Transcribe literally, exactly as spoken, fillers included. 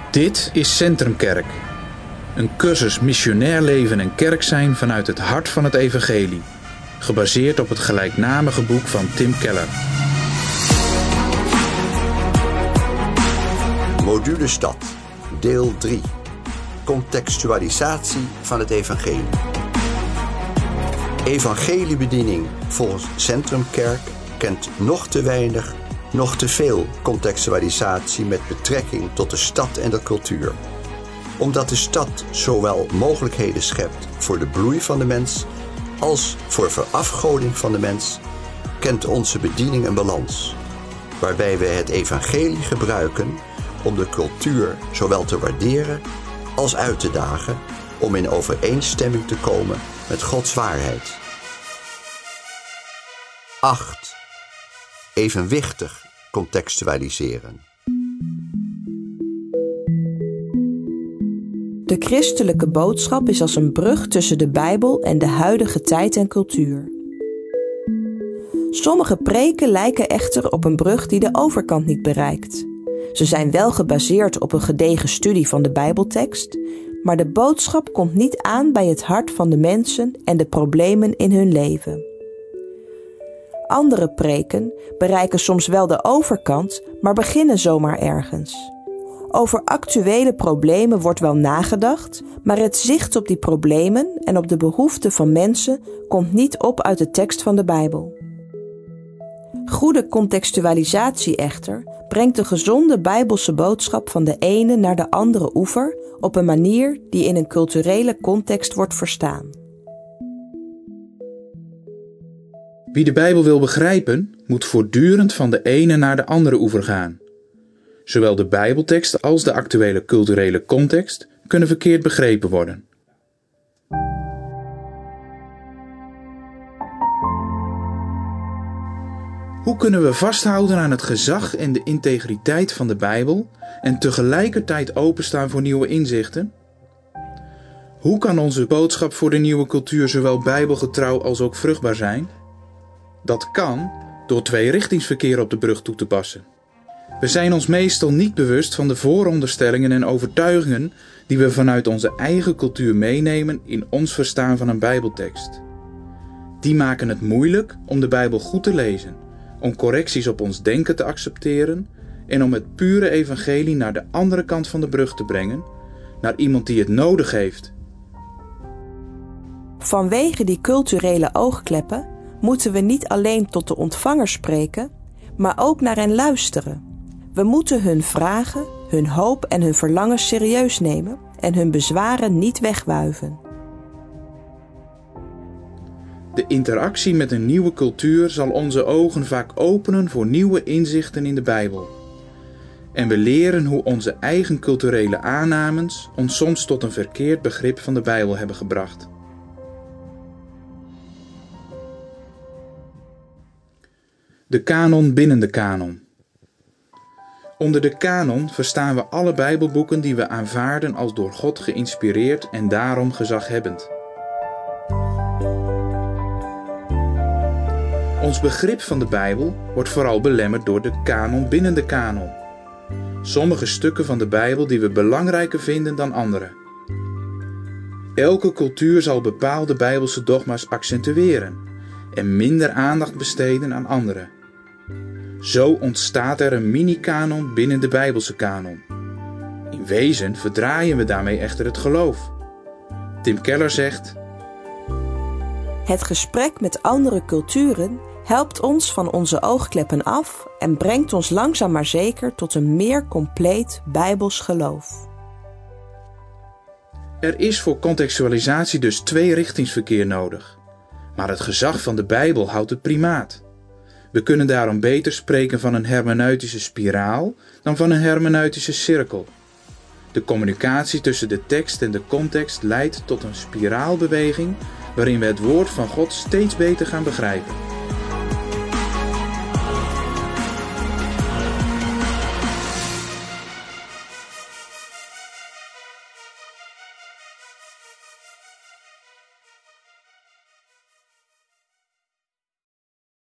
Dit is Centrum Kerk. Een cursus missionair leven en kerk zijn vanuit het hart van het evangelie. Gebaseerd op het gelijknamige boek van Tim Keller. Module Stad, deel drie. Contextualisatie van het evangelie. Evangeliebediening volgens Centrum Kerk kent nog te weinig, nog te veel contextualisatie met betrekking tot de stad en de cultuur. Omdat de stad zowel mogelijkheden schept voor de bloei van de mens als voor verafgoding van de mens, kent onze bediening een balans, waarbij we het evangelie gebruiken om de cultuur zowel te waarderen als uit te dagen om in overeenstemming te komen met Gods waarheid. acht. Evenwichtig contextualiseren. De christelijke boodschap is als een brug tussen de Bijbel en de huidige tijd en cultuur. Sommige preken lijken echter op een brug die de overkant niet bereikt. Ze zijn wel gebaseerd op een gedegen studie van de Bijbeltekst, maar de boodschap komt niet aan bij het hart van de mensen en de problemen in hun leven. Andere preken bereiken soms wel de overkant, maar beginnen zomaar ergens. Over actuele problemen wordt wel nagedacht, maar het zicht op die problemen en op de behoeften van mensen komt niet op uit de tekst van de Bijbel. Goede contextualisatie echter brengt de gezonde Bijbelse boodschap van de ene naar de andere oever op een manier die in een culturele context wordt verstaan. Wie de Bijbel wil begrijpen, moet voortdurend van de ene naar de andere oever gaan. Zowel de Bijbeltekst als de actuele culturele context kunnen verkeerd begrepen worden. Hoe kunnen we vasthouden aan het gezag en de integriteit van de Bijbel en tegelijkertijd openstaan voor nieuwe inzichten? Hoe kan onze boodschap voor de nieuwe cultuur zowel bijbelgetrouw als ook vruchtbaar zijn? Dat kan door tweerichtingsverkeer op de brug toe te passen. We zijn ons meestal niet bewust van de vooronderstellingen en overtuigingen die we vanuit onze eigen cultuur meenemen in ons verstaan van een Bijbeltekst. Die maken het moeilijk om de Bijbel goed te lezen, om correcties op ons denken te accepteren en om het pure evangelie naar de andere kant van de brug te brengen, naar iemand die het nodig heeft. Vanwege die culturele oogkleppen moeten we niet alleen tot de ontvanger spreken, maar ook naar hen luisteren. We moeten hun vragen, hun hoop en hun verlangens serieus nemen en hun bezwaren niet wegwuiven. De interactie met een nieuwe cultuur zal onze ogen vaak openen voor nieuwe inzichten in de Bijbel. En we leren hoe onze eigen culturele aannames ons soms tot een verkeerd begrip van de Bijbel hebben gebracht. De kanon binnen de kanon. Onder de kanon verstaan we alle Bijbelboeken die we aanvaarden als door God geïnspireerd en daarom gezaghebbend. Ons begrip van de Bijbel wordt vooral belemmerd door de kanon binnen de kanon. Sommige stukken van de Bijbel die we belangrijker vinden dan andere. Elke cultuur zal bepaalde Bijbelse dogma's accentueren en minder aandacht besteden aan andere. Zo ontstaat er een mini-kanon binnen de Bijbelse kanon. In wezen verdraaien we daarmee echter het geloof. Tim Keller zegt: Het gesprek met andere culturen helpt ons van onze oogkleppen af en brengt ons langzaam maar zeker tot een meer compleet Bijbels geloof. Er is voor contextualisatie dus tweerichtingsverkeer nodig. Maar het gezag van de Bijbel houdt het primaat. We kunnen daarom beter spreken van een hermeneutische spiraal dan van een hermeneutische cirkel. De communicatie tussen de tekst en de context leidt tot een spiraalbeweging waarin we het woord van God steeds beter gaan begrijpen.